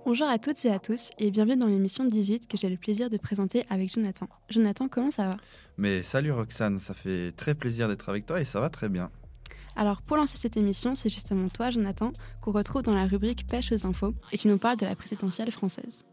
Bonjour à toutes et à tous et bienvenue dans l'émission 18 que j'ai le plaisir de présenter avec Jonathan. Jonathan, comment ça va ? Mais salut Roxane, ça fait très plaisir d'être avec toi et ça va très bien. Alors pour lancer cette émission, c'est justement toi Jonathan qu'on retrouve dans la rubrique Pêche aux infos et qui nous parle de la présidentielle française.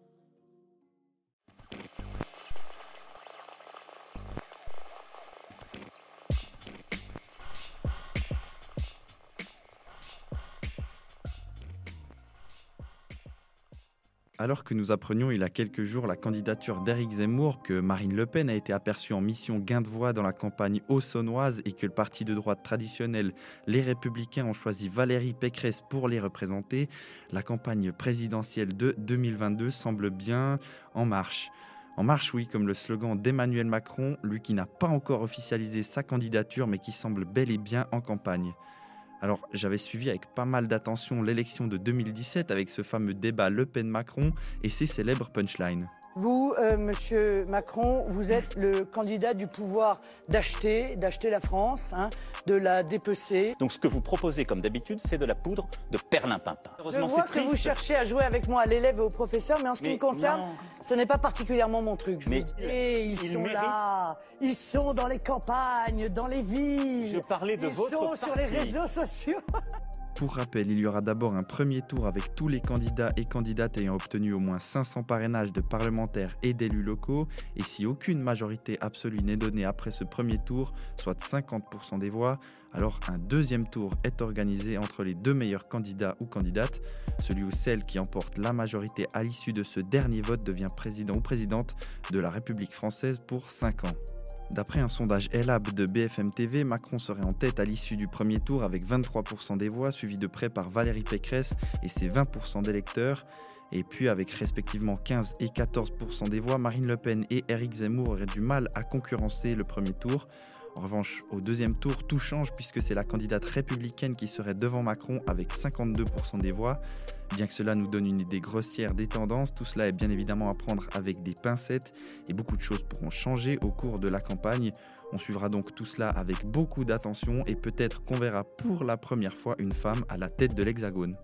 Alors que nous apprenions il y a quelques jours la candidature d'Éric Zemmour, que Marine Le Pen a été aperçue en mission gain de voix dans la campagne haut-saônoise et que le parti de droite traditionnel, les Républicains, ont choisi Valérie Pécresse pour les représenter, la campagne présidentielle de 2022 semble bien en marche. En marche, oui, comme le slogan d'Emmanuel Macron, lui qui n'a pas encore officialisé sa candidature mais qui semble bel et bien en campagne. Alors, j'avais suivi avec pas mal d'attention l'élection de 2017 avec ce fameux débat Le Pen-Macron et ses célèbres punchlines. Vous, monsieur Macron, vous êtes le candidat du pouvoir d'acheter la France, de la dépecer. Donc ce que vous proposez, comme d'habitude, c'est de la poudre de perlimpinpin. Je vois que vous cherchez à jouer avec moi à l'élève et au professeur, mais en ce qui me concerne, ce n'est pas particulièrement mon truc. Et ils sont là, ils sont dans les campagnes, dans les villes. Je parlais de votre parti. Ils sont sur les réseaux sociaux. Pour rappel, il y aura d'abord un premier tour avec tous les candidats et candidates ayant obtenu au moins 500 parrainages de parlementaires et d'élus locaux. Et si aucune majorité absolue n'est donnée après ce premier tour, soit 50% des voix, alors un deuxième tour est organisé entre les deux meilleurs candidats ou candidates. Celui ou celle qui emporte la majorité à l'issue de ce dernier vote devient président ou présidente de la République française pour 5 ans. D'après un sondage Ellab de BFM TV, Macron serait en tête à l'issue du premier tour avec 23% des voix, suivi de près par Valérie Pécresse et ses 20% d'électeurs. Et puis avec respectivement 15 et 14% des voix, Marine Le Pen et Éric Zemmour auraient du mal à concurrencer le premier tour. En revanche, au deuxième tour, tout change puisque c'est la candidate républicaine qui serait devant Macron avec 52% des voix. Bien que cela nous donne une idée grossière des tendances, tout cela est bien évidemment à prendre avec des pincettes et beaucoup de choses pourront changer au cours de la campagne. On suivra donc tout cela avec beaucoup d'attention et peut-être qu'on verra pour la première fois une femme à la tête de l'Hexagone.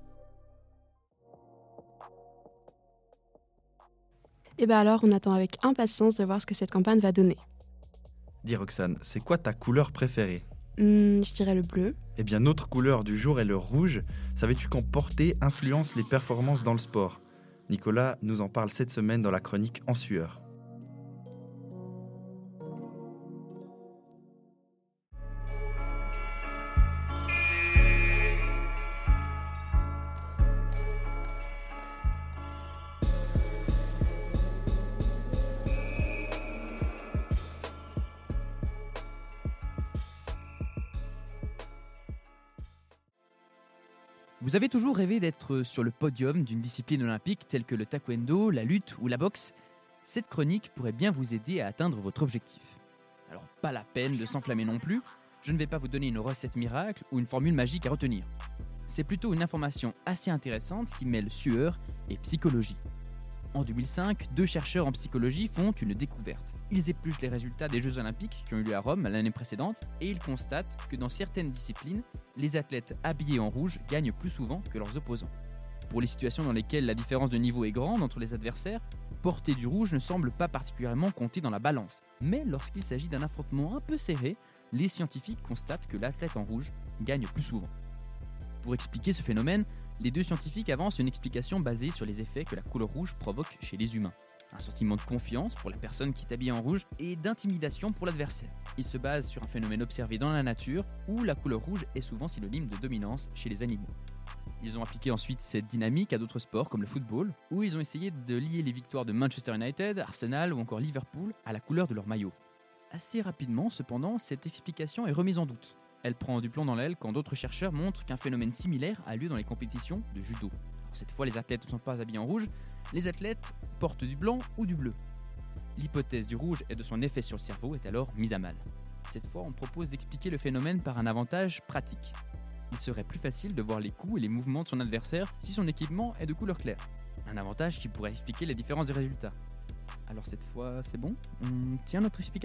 Et bien alors on attend avec impatience de voir ce que cette campagne va donner. Dis Roxane, c'est quoi ta couleur préférée ? Je dirais le bleu. Eh bien, notre couleur du jour est le rouge. Savais-tu qu'en porter influence les performances dans le sport ? Nicolas nous en parle cette semaine dans la chronique En sueur. Vous avez toujours rêvé d'être sur le podium d'une discipline olympique telle que le taekwondo, la lutte ou la boxe ? Cette chronique pourrait bien vous aider à atteindre votre objectif. Alors pas la peine de s'enflammer non plus, je ne vais pas vous donner une recette miracle ou une formule magique à retenir. C'est plutôt une information assez intéressante qui mêle sueur et psychologie. En 2005, 2 chercheurs en psychologie font une découverte. Ils épluchent les résultats des Jeux Olympiques qui ont eu lieu à Rome l'année précédente et ils constatent que dans certaines disciplines, les athlètes habillés en rouge gagnent plus souvent que leurs opposants. Pour les situations dans lesquelles la différence de niveau est grande entre les adversaires, porter du rouge ne semble pas particulièrement compter dans la balance. Mais lorsqu'il s'agit d'un affrontement un peu serré, les scientifiques constatent que l'athlète en rouge gagne plus souvent. Pour expliquer ce phénomène, les 2 scientifiques avancent une explication basée sur les effets que la couleur rouge provoque chez les humains. Un sentiment de confiance pour la personne qui est habillée en rouge et d'intimidation pour l'adversaire. Ils se basent sur un phénomène observé dans la nature où la couleur rouge est souvent synonyme de dominance chez les animaux. Ils ont appliqué ensuite cette dynamique à d'autres sports comme le football, où ils ont essayé de lier les victoires de Manchester United, Arsenal ou encore Liverpool à la couleur de leur maillot. Assez rapidement, cependant, cette explication est remise en doute. Elle prend du plomb dans l'aile quand d'autres chercheurs montrent qu'un phénomène similaire a lieu dans les compétitions de judo. Alors cette fois, les athlètes ne sont pas habillés en rouge, les athlètes portent du blanc ou du bleu. L'hypothèse du rouge et de son effet sur le cerveau est alors mise à mal. Cette fois, on propose d'expliquer le phénomène par un avantage pratique. Il serait plus facile de voir les coups et les mouvements de son adversaire si son équipement est de couleur claire. Un avantage qui pourrait expliquer les différences des résultats. Alors cette fois, c'est bon ? On tient notre explication ?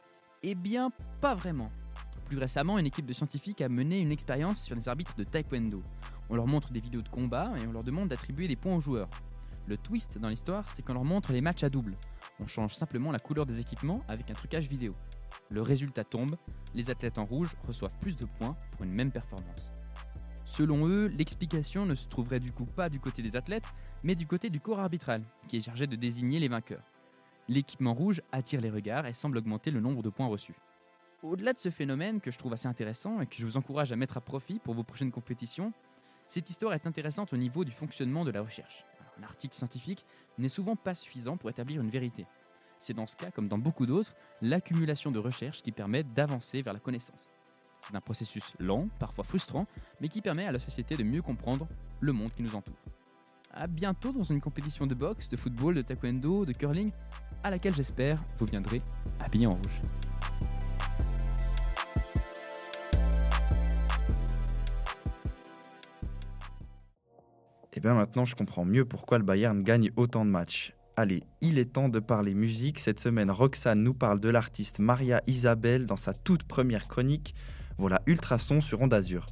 Eh bien, pas vraiment. Plus récemment, une équipe de scientifiques a mené une expérience sur des arbitres de taekwondo. On leur montre des vidéos de combat et on leur demande d'attribuer des points aux joueurs. Le twist dans l'histoire, c'est qu'on leur montre les matchs à double. On change simplement la couleur des équipements avec un trucage vidéo. Le résultat tombe, les athlètes en rouge reçoivent plus de points pour une même performance. Selon eux, l'explication ne se trouverait du coup pas du côté des athlètes, mais du côté du corps arbitral, qui est chargé de désigner les vainqueurs. L'équipement rouge attire les regards et semble augmenter le nombre de points reçus. Au-delà de ce phénomène que je trouve assez intéressant et que je vous encourage à mettre à profit pour vos prochaines compétitions, cette histoire est intéressante au niveau du fonctionnement de la recherche. Un article scientifique n'est souvent pas suffisant pour établir une vérité. C'est dans ce cas, comme dans beaucoup d'autres, l'accumulation de recherches qui permet d'avancer vers la connaissance. C'est un processus lent, parfois frustrant, mais qui permet à la société de mieux comprendre le monde qui nous entoure. À bientôt dans une compétition de boxe, de football, de taekwondo, de curling, à laquelle j'espère vous viendrez habillés en rouge. Et bien maintenant, je comprends mieux pourquoi le Bayern gagne autant de matchs. Allez, il est temps de parler musique. Cette semaine, Roxane nous parle de l'artiste Maria Isabel dans sa toute première chronique. Voilà Ultrason sur Onde Azur.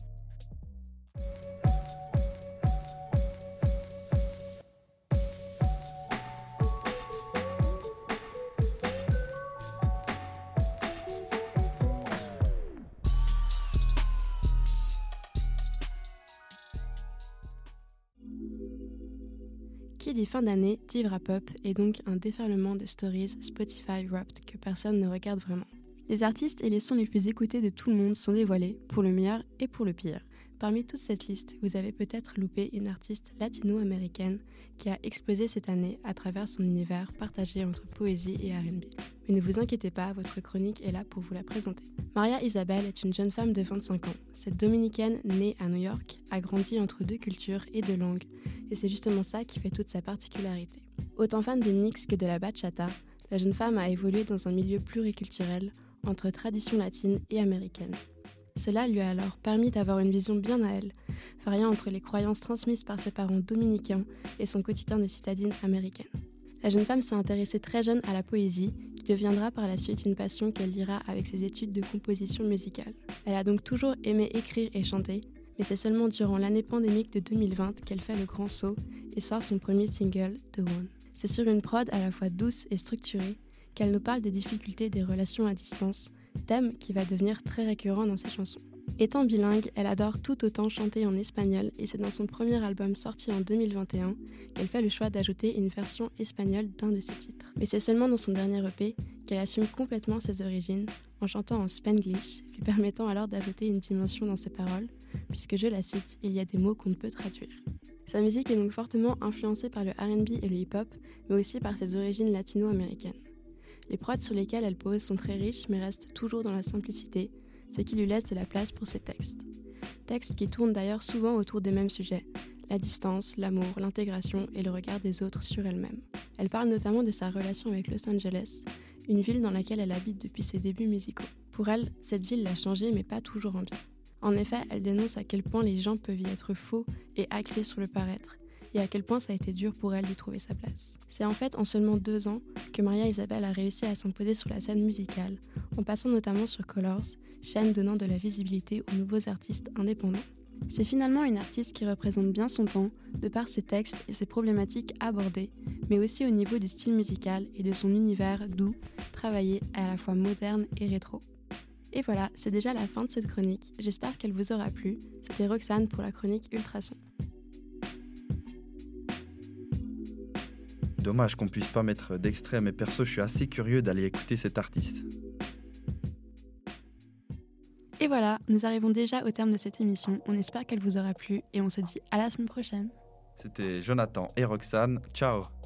Qui dit fin d'année dit wrap-up et donc un déferlement de stories Spotify Wrapped que personne ne regarde vraiment. Les artistes et les sons les plus écoutés de tout le monde sont dévoilés, pour le meilleur et pour le pire. Parmi toute cette liste, vous avez peut-être loupé une artiste latino-américaine qui a explosé cette année à travers son univers partagé entre poésie et R&B. Mais ne vous inquiétez pas, votre chronique est là pour vous la présenter. Maria Isabel est une jeune femme de 25 ans. Cette dominicaine née à New York a grandi entre deux cultures et deux langues, et c'est justement ça qui fait toute sa particularité. Autant fan des mix que de la bachata, la jeune femme a évolué dans un milieu pluriculturel entre tradition latine et américaine. Cela lui a alors permis d'avoir une vision bien à elle, variant entre les croyances transmises par ses parents dominicains et son quotidien de citadine américaine. La jeune femme s'est intéressée très jeune à la poésie, qui deviendra par la suite une passion qu'elle liera avec ses études de composition musicale. Elle a donc toujours aimé écrire et chanter, mais c'est seulement durant l'année pandémique de 2020 qu'elle fait le grand saut et sort son premier single, The One. C'est sur une prod à la fois douce et structurée qu'elle nous parle des difficultés des relations à distance, thème qui va devenir très récurrent dans ses chansons. Étant bilingue, elle adore tout autant chanter en espagnol et c'est dans son premier album sorti en 2021 qu'elle fait le choix d'ajouter une version espagnole d'un de ses titres. Mais c'est seulement dans son dernier EP qu'elle assume complètement ses origines en chantant en Spanglish, lui permettant alors d'ajouter une dimension dans ses paroles, puisque je la cite, il y a des mots qu'on ne peut traduire. Sa musique est donc fortement influencée par le R&B et le hip-hop, mais aussi par ses origines latino-américaines. Les prods sur lesquels elle pose sont très riches mais restent toujours dans la simplicité, ce qui lui laisse de la place pour ses textes. Textes qui tournent d'ailleurs souvent autour des mêmes sujets, la distance, l'amour, l'intégration et le regard des autres sur elle-même. Elle parle notamment de sa relation avec Los Angeles, une ville dans laquelle elle habite depuis ses débuts musicaux. Pour elle, cette ville l'a changée mais pas toujours en bien. En effet, elle dénonce à quel point les gens peuvent y être faux et axés sur le paraître, et à quel point ça a été dur pour elle d'y trouver sa place. C'est en fait en seulement 2 ans que Maria Isabel a réussi à s'imposer sur la scène musicale, en passant notamment sur Colors, chaîne donnant de la visibilité aux nouveaux artistes indépendants. C'est finalement une artiste qui représente bien son temps, de par ses textes et ses problématiques abordées, mais aussi au niveau du style musical et de son univers doux, travaillé à la fois moderne et rétro. Et voilà, c'est déjà la fin de cette chronique, j'espère qu'elle vous aura plu. C'était Roxane pour la chronique Ultrason. Dommage qu'on puisse pas mettre d'extrait, mais perso, je suis assez curieux d'aller écouter cet artiste. Et voilà, nous arrivons déjà au terme de cette émission. On espère qu'elle vous aura plu et on se dit à la semaine prochaine. C'était Jonathan et Roxane. Ciao!